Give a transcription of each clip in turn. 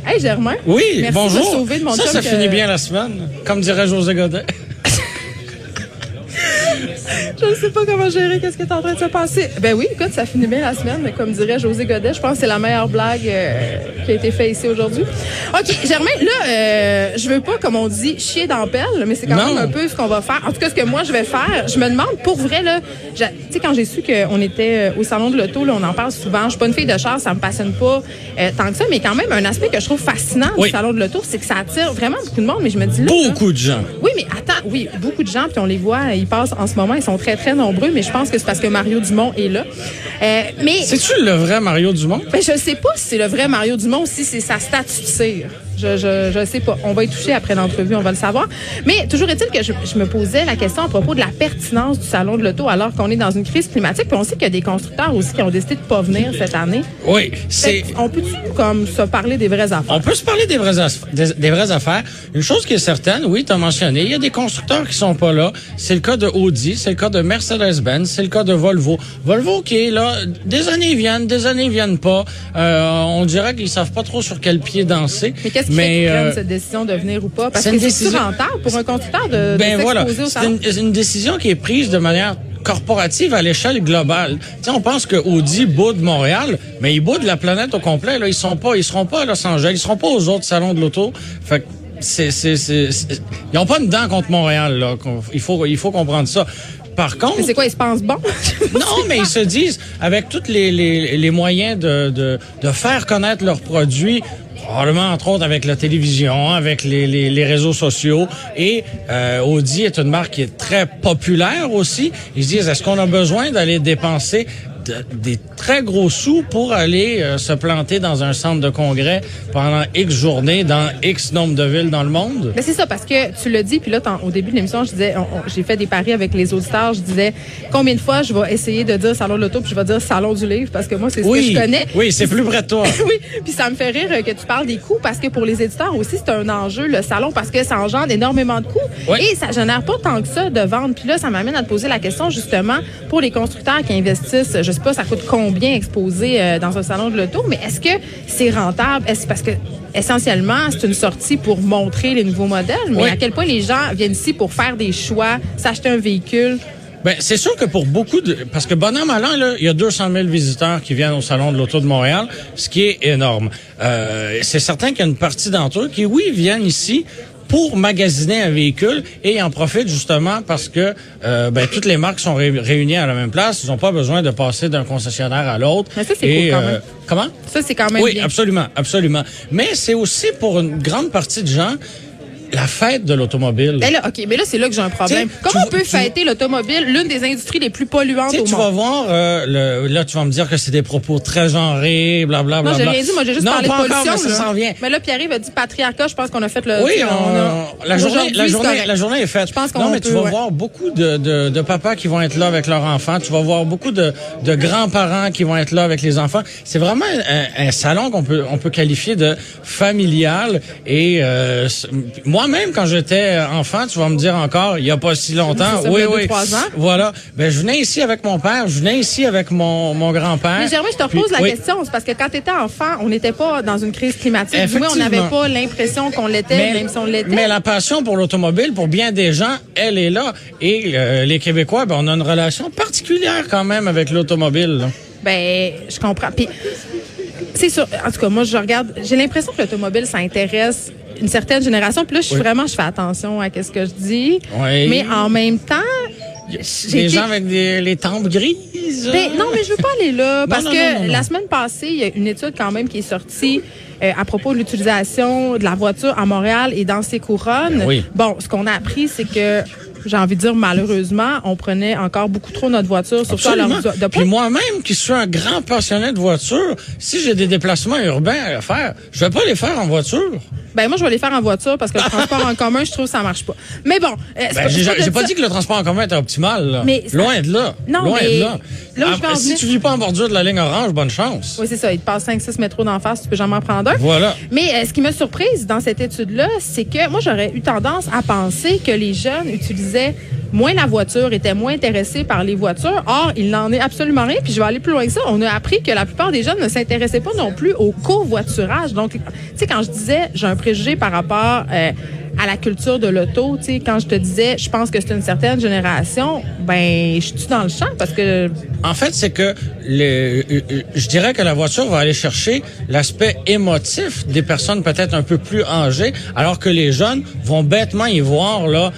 Hey, Germain. Oui, merci bonjour. De sauver de mon ça finit bien la semaine, comme dirait José Godet. Je ne sais pas comment gérer qu'est-ce qui est en train de se passer. Ben oui, écoute, ça finit bien la semaine, mais comme dirait José Godet, je pense que c'est la meilleure blague qui a été faite ici aujourd'hui. OK, Germain, là, je veux pas, comme on dit, chier dans pelle, mais c'est quand même un peu ce qu'on va faire. En tout cas, ce que moi, je vais faire, je me demande, pour vrai, là, tu sais, quand j'ai su qu'on était au Salon de l'Auto, là, on en parle souvent. Je suis pas une fille de char, ça me passionne pas tant que ça, mais quand même, un aspect que je trouve fascinant du Salon de l'Auto, c'est que ça attire vraiment beaucoup de monde, mais je me dis là... Beaucoup de gens. Oui, mais attends, oui, beaucoup de gens, puis on les voit, ils passent en ce moment, ils sont très, très nombreux, mais je pense que c'est parce que Mario Dumont est là. Mais c'est-tu le vrai Mario Dumont? Ben, je sais pas si c'est le vrai Mario Dumont ou si c'est sa statue de cire. Je sais pas. On va y toucher après l'entrevue, on va le savoir. Mais toujours est-il que je me posais la question à propos de la pertinence du Salon de l'Auto alors qu'on est dans une crise climatique. Puis on sait qu'il y a des constructeurs aussi qui ont décidé de pas venir cette année. Oui, On peut-tu comme se parler des vraies affaires? On peut se parler des vraies affaires. Une chose qui est certaine, oui, tu as mentionné, il y a des constructeurs qui sont pas là. C'est le cas de Audi, c'est le cas de Mercedes-Benz, c'est le cas de Volvo. Volvo qui est là, des années viennent pas. On dirait qu'ils savent pas trop sur quel pied danser. Mais qu'est-ce qui fait qu'ils prennent cette décision de venir ou pas? Parce que c'est rentable pour un constructeur de s'exposer au salon. C'est une décision qui est prise de manière corporative à l'échelle globale. T'sais, on pense que Audi boude Montréal, mais ils boudent la planète au complet. Là, ils seront pas à Los Angeles, ils seront pas aux autres salons de l'auto. Fait que ils ont pas une dent contre Montréal. Là. Il faut comprendre ça. Par contre, mais c'est quoi, ils se pensent bons? Non, mais ils se disent, avec tous les moyens de faire connaître leurs produits, probablement entre autres avec la télévision, avec les réseaux sociaux, et Audi est une marque qui est très populaire aussi. Ils se disent, est-ce qu'on a besoin d'aller dépenser des très gros sous pour aller se planter dans un centre de congrès pendant X journées dans X nombre de villes dans le monde? Mais c'est ça, parce que tu l'as dit, puis là, au début de l'émission, je disais, j'ai fait des paris avec les auditeurs, je disais combien de fois je vais essayer de dire Salon de l'Auto, puis je vais dire Salon du Livre, parce que moi, c'est ce que je connais. Oui, c'est plus près de toi. Oui, puis ça me fait rire que tu parles des coûts, parce que pour les éditeurs aussi, c'est un enjeu, le salon, parce que ça engendre énormément de coûts. Oui. Et ça génère pas tant que ça de vente. Puis là, ça m'amène à te poser la question, justement, pour les constructeurs qui investissent, je sais pas, ça coûte combien exposer dans un salon de l'auto, mais est-ce que c'est rentable? Est-ce parce que essentiellement, c'est une sortie pour montrer les nouveaux modèles, mais à quel point les gens viennent ici pour faire des choix, s'acheter un véhicule? Ben, c'est sûr que pour beaucoup parce que bon an, mal an, là, il y a 200 000 visiteurs qui viennent au Salon de l'Auto de Montréal, ce qui est énorme. C'est certain qu'il y a une partie d'entre eux qui, oui, viennent ici pour magasiner un véhicule et ils en profitent justement parce que toutes les marques sont réunies à la même place. Ils n'ont pas besoin de passer d'un concessionnaire à l'autre. Mais ça, c'est cool quand même. Comment? Ça, c'est quand même bien. Oui, absolument. Mais c'est aussi pour une grande partie de gens la fête de l'automobile. Ben là, OK, mais là, c'est là que j'ai un problème. Comment on peut fêter l'automobile, l'une des industries les plus polluantes au monde? Tu vas voir, là, tu vas me dire que c'est des propos très genrés, blablabla. Non, j'ai rien dit, moi, j'ai juste parlé de pollution. Non, pas encore, mais ça s'en vient. Mais là, Pierre-Yves a dit patriarcat, je pense qu'on a fait le... Oui, la journée est faite. Je pense qu'on Non, mais tu vas voir beaucoup de papas qui vont être là avec leurs enfants. Tu vas voir beaucoup de grands-parents qui vont être là avec les enfants. C'est vraiment un salon qu'on peut qualifier de familial. Et moi-même, quand j'étais enfant, tu vas me dire encore, il y a pas si longtemps. Oui. 3 ans. Voilà. Ben, je venais ici avec mon père, je venais ici avec mon grand-père. Mais Germain, je te repose la question. C'est parce que quand tu étais enfant, on n'était pas dans une crise climatique. Du moins, on n'avait pas l'impression qu'on l'était, même si on l'était. Mais la passion pour l'automobile, pour bien des gens, elle est là. Et les Québécois, on a une relation particulière quand même avec l'automobile. Là. Ben, je comprends. Puis, c'est sûr. En tout cas, moi, je regarde. J'ai l'impression que l'automobile, ça intéresse une certaine génération. Puis là, je fais attention à ce que je dis. Oui. Mais en même temps, des gens avec les tempes grises. Non, mais je veux pas aller là. Parce que la semaine passée, il y a une étude quand même qui est sortie à propos de l'utilisation de la voiture à Montréal et dans ses couronnes. Oui. Bon, ce qu'on a appris, c'est que j'ai envie de dire, malheureusement, on prenait encore beaucoup trop notre voiture, surtout à l'heure de Puis moi-même, qui suis un grand passionné de voiture, si j'ai des déplacements urbains à faire, je vais pas les faire en voiture. Ben moi, je vais les faire en voiture parce que le transport en commun, je trouve que ça marche pas. Mais bon, j'ai pas dit que le transport en commun était optimal. Là. Mais loin de là. Non, loin mais de là. Si tu vis pas en bordure de la ligne orange, bonne chance. Oui, c'est ça. Il te passe 5-6 métros d'en face, tu peux jamais en prendre un. Voilà. Mais ce qui m'a surprise dans cette étude-là, c'est que moi, j'aurais eu tendance à penser que les jeunes utilisaient moins la voiture, étaient moins intéressés par les voitures. Or, il n'en est absolument rien. Puis je vais aller plus loin que ça. On a appris que la plupart des jeunes ne s'intéressaient pas non plus au covoiturage. Donc, tu sais, quand je disais, j'ai un préjugé par rapport à la culture de l'auto, tu sais, quand je te disais, je pense que c'est une certaine génération, ben, je suis dans le champ parce que... En fait, c'est que je dirais que la voiture va aller chercher l'aspect émotif des personnes peut-être un peu plus âgées, alors que les jeunes vont bêtement y voir là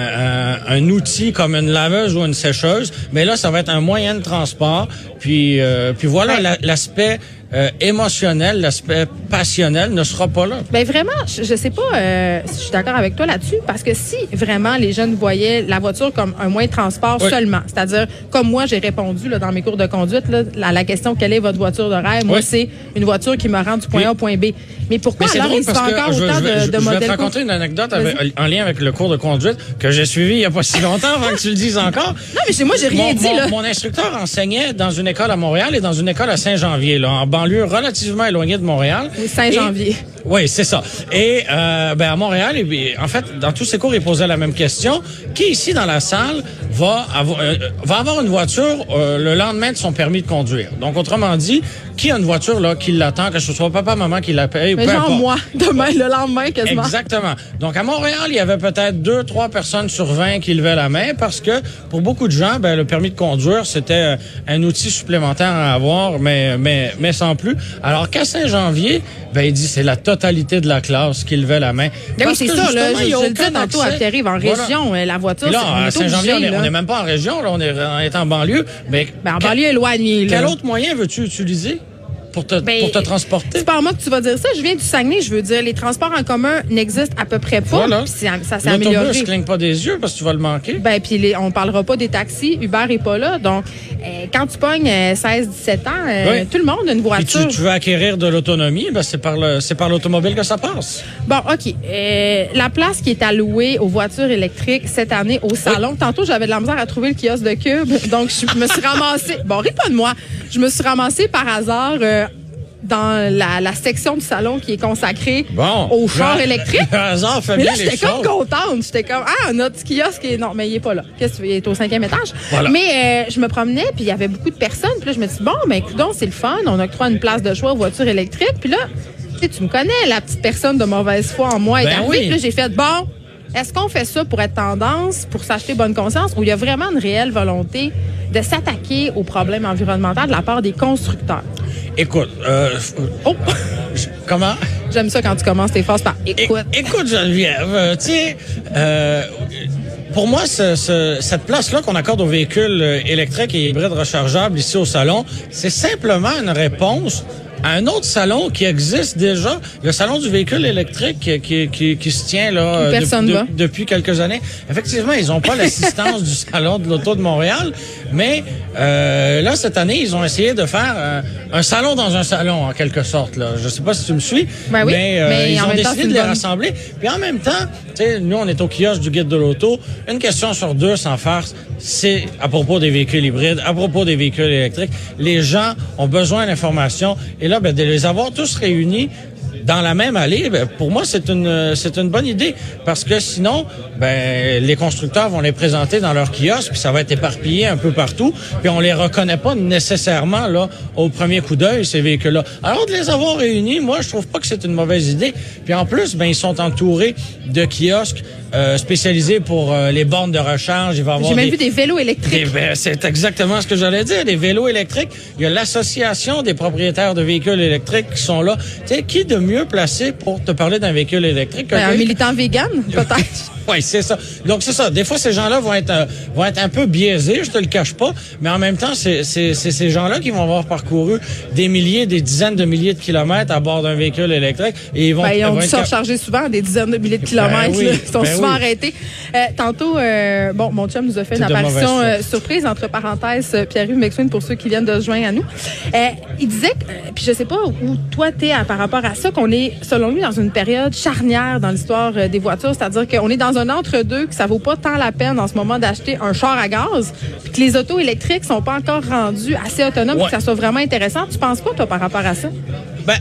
un outil comme une laveuse ou une sécheuse, mais là, ça va être un moyen de transport. Puis voilà, l'aspect émotionnel, l'aspect passionnel ne sera pas là. Ben vraiment, je sais pas si je suis d'accord avec toi là-dessus, parce que si vraiment les jeunes voyaient la voiture comme un moyen de transport seulement, c'est-à-dire comme moi j'ai répondu là, dans mes cours de conduite là, à la question quelle est votre voiture de rêve, moi c'est une voiture qui me rend du point A au point B. Mais pourquoi alors il se fait encore autant de modèles? Je vais te raconter une anecdote en lien avec le cours de conduite que j'ai suivi il y a pas si longtemps avant que tu le dises encore. Non, mais chez moi j'ai rien dit là. Mon instructeur enseignait dans une école à Montréal et dans une école à Saint-Janvier, là, en banlieue relativement éloignée de Montréal. Saint-Janvier. Oui, c'est ça. Et à Montréal, en fait, dans tous ses cours, il posait la même question. Qui ici dans la salle va avoir une voiture le lendemain de son permis de conduire? Donc, autrement dit, qui a une voiture là qui l'attend, que ce soit papa, maman qui la paye? Mais genre moi, demain, le lendemain, quasiment. Exactement. Donc, à Montréal, il y avait peut-être 2-3 personnes sur 20 qui levaient la main parce que pour beaucoup de gens, le permis de conduire, c'était un outil supplémentaire à avoir, mais sans plus. Alors qu'à Saint-Janvier, il dit c'est la totalité de la classe qui levait la main. Oui, c'est ça. Là, je le disais tantôt à Pierre-Yves, en région, la voiture, là, à Saint-Janvier, on n'est même pas en région, là, on est en banlieue. Mais en banlieue éloignée. Quel autre moyen veux-tu utiliser pour te transporter? C'est pas moi que tu vas dire ça. Je viens du Saguenay. Je veux dire, les transports en commun n'existent à peu près pas. Voilà. Ça s'est amélioré. L'autobus cligne pas des yeux parce que tu vas le manquer. Puis on parlera pas des taxis. Uber est pas là. Donc, quand tu pognes 16-17 ans, tout le monde a une voiture. Puis tu veux acquérir de l'autonomie, c'est par l'automobile que ça passe. Bon, OK. La place qui est allouée aux voitures électriques cette année au salon. Tantôt, j'avais de la misère à trouver le kiosque de Cube. Donc, je me suis ramassée. Bon, ris pas de moi. Je me suis ramassée par hasard dans la section du salon qui est consacrée aux chars électriques. Le hasard fait mais là, bien les j'étais comme contente. J'étais comme, notre petit kiosque est... Non, mais il est pas là. Qu'est-ce que tu veux? Il est au 5e étage. Voilà. Mais je me promenais, puis il y avait beaucoup de personnes. Puis là, je me suis dit, écoute, c'est le fun. On octroie une place de choix aux voitures électriques. Puis là, tu me connais, la petite personne de mauvaise foi en moi est arrivée. Oui. Puis là, j'ai fait, est-ce qu'on fait ça pour être tendance, pour s'acheter bonne conscience, ou il y a vraiment une réelle volonté de s'attaquer aux problèmes environnementaux de la part des constructeurs? Écoute, comment? J'aime ça quand tu commences tes phrases par écoute. Écoute, Geneviève, tu sais, pour moi, cette place-là qu'on accorde aux véhicules électriques et hybrides rechargeables ici au salon, c'est simplement une réponse à un autre salon qui existe déjà, le salon du véhicule électrique qui se tient là depuis quelques années. Effectivement, ils n'ont pas l'assistance du salon de l'auto de Montréal, mais là cette année, ils ont essayé de faire un salon dans un salon en quelque sorte là. Je sais pas si tu me suis, mais ils ont décidé de les rassembler. Puis en même temps, tu sais, nous on est au kiosque du guide de l'auto. Une question sur deux, sans farce, c'est à propos des véhicules hybrides, à propos des véhicules électriques. Les gens ont besoin d'informations et là, de les avoir tous réunis dans la même allée, pour moi, c'est une bonne idée parce que sinon, les constructeurs vont les présenter dans leur kiosque puis ça va être éparpillé un peu partout puis on les reconnaît pas nécessairement là au premier coup d'œil ces véhicules-là. Alors de les avoir réunis, moi, je trouve pas que c'est une mauvaise idée. Puis en plus, ils sont entourés de kiosques spécialisés pour les bornes de recharge. Il va avoir J'ai même vu des vélos électriques. C'est exactement ce que j'allais dire, des vélos électriques. Il y a l'association des propriétaires de véhicules électriques qui sont là. Tu sais, qui de mieux placé pour te parler d'un véhicule électrique? Un militant vegan, peut-être. Oui, c'est ça. Donc, c'est ça. Des fois, ces gens-là vont être un peu biaisés, je te le cache pas, mais en même temps, c'est ces gens-là qui vont avoir parcouru des dizaines de milliers de kilomètres à bord d'un véhicule électrique et ils vont ils ont dû se recharger souvent des dizaines de milliers de kilomètres. Ils sont souvent arrêtés. Tantôt, mon chum nous a fait une apparition surprise, entre parenthèses, Pierre-Yves McSween, pour ceux qui viennent de se joindre à nous. Il disait, puis je sais pas où toi t'es par rapport à ça, qu'on est, selon lui, dans une période charnière dans l'histoire des voitures, c'est-à-dire qu'on est dans un entre-deux, que ça vaut pas tant la peine en ce moment d'acheter un char à gaz, puis que les autos électriques sont pas encore rendues assez autonomes pour que ça soit vraiment intéressant. Tu penses quoi, toi, par rapport à ça? Ben,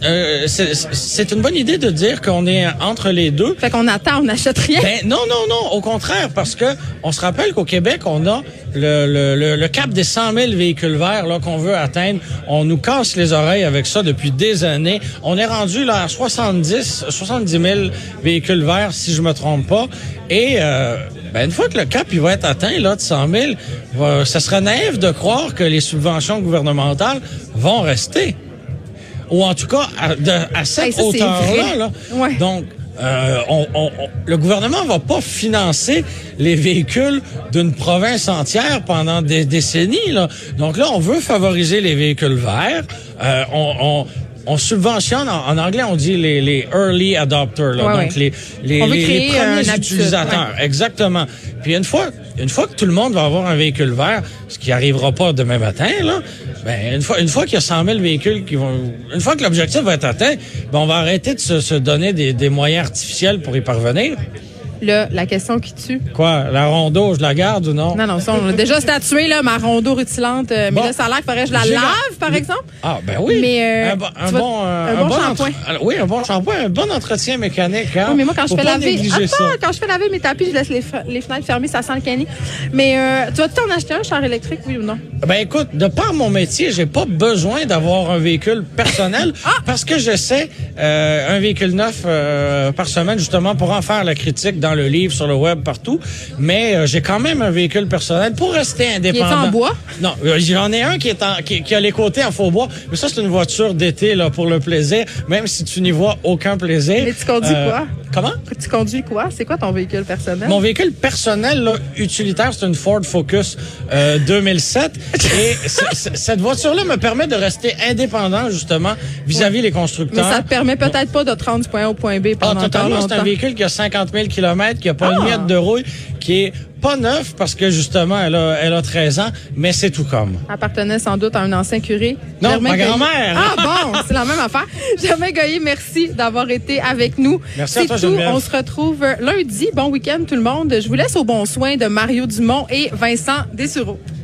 c'est une bonne idée de dire qu'on est entre les deux. Fait qu'on attend, on n'achète rien. Ben, non, au contraire, parce que on se rappelle qu'au Québec, on a le cap des 100 000 véhicules verts là qu'on veut atteindre. On nous casse les oreilles avec ça depuis des années. On est rendu là à 70 000 véhicules verts, si je me trompe pas. Et une fois que le cap il va être atteint là de 100 000, ça serait naïf de croire que les subventions gouvernementales vont rester. Ou en tout cas, à cette hauteur-là. Là. Ouais. Donc, le gouvernement va pas financer les véhicules d'une province entière pendant des décennies. Là. Donc là, on veut favoriser les véhicules verts. On subventionne, en anglais, on dit les early adopters, là, ouais, donc les premiers utilisateurs. Ouais. Exactement. Puis une fois que tout le monde va avoir un véhicule vert, ce qui arrivera pas demain matin, là, une fois qu'il y a 100 000 véhicules une fois que l'objectif va être atteint, on va arrêter de se donner des moyens artificiels pour y parvenir. Là, la question qui tue. Quoi? La rondeau, je la garde ou non? Non, ça, on l'a déjà statué, là, ma rondeau rutilante. Mais là, ça a l'air qu'il faudrait que je la lave, par exemple. Ah, ben oui. Mais, un bon shampoing. Oui, un bon shampoing, un bon entretien mécanique. Hein? Oui, mais moi, quand je fais laver mes tapis, je laisse les fenêtres fermées, ça sent le cani. Mais, tu vas t'en acheter un char électrique, oui ou non? Ben, écoute, de par mon métier, j'ai pas besoin d'avoir un véhicule personnel parce que j'essaie un véhicule neuf par semaine, justement, pour en faire la critique dans le livre, sur le web, partout. Mais j'ai quand même un véhicule personnel pour rester indépendant. Il est en bois? Non, j'en ai un qui a les côtés en faux bois. Mais ça, c'est une voiture d'été là pour le plaisir, même si tu n'y vois aucun plaisir. Mais tu conduis quoi? Comment? Tu conduis quoi? C'est quoi ton véhicule personnel? Mon véhicule personnel, là, utilitaire, c'est une Ford Focus 2007. Et cette voiture-là me permet de rester indépendant, justement, vis-à-vis les constructeurs. Mais ça te permet peut-être pas de te rendre du point A au point B pendant totalement, longtemps. C'est un véhicule qui a 50 000 km, qui a pas une miette de rouille, qui est pas neuf parce que justement elle a 13 ans, mais c'est tout comme. Appartenait sans doute à un ancien curé. Non, Germain ma Goyer. grand-mère. Ah bon, c'est la même affaire. Germain Goyer, merci d'avoir été avec nous. Merci à toi, Geneviève. On se retrouve lundi. Bon week-end tout le monde. Je vous laisse au bon soin de Mario Dumont et Vincent Dessureau.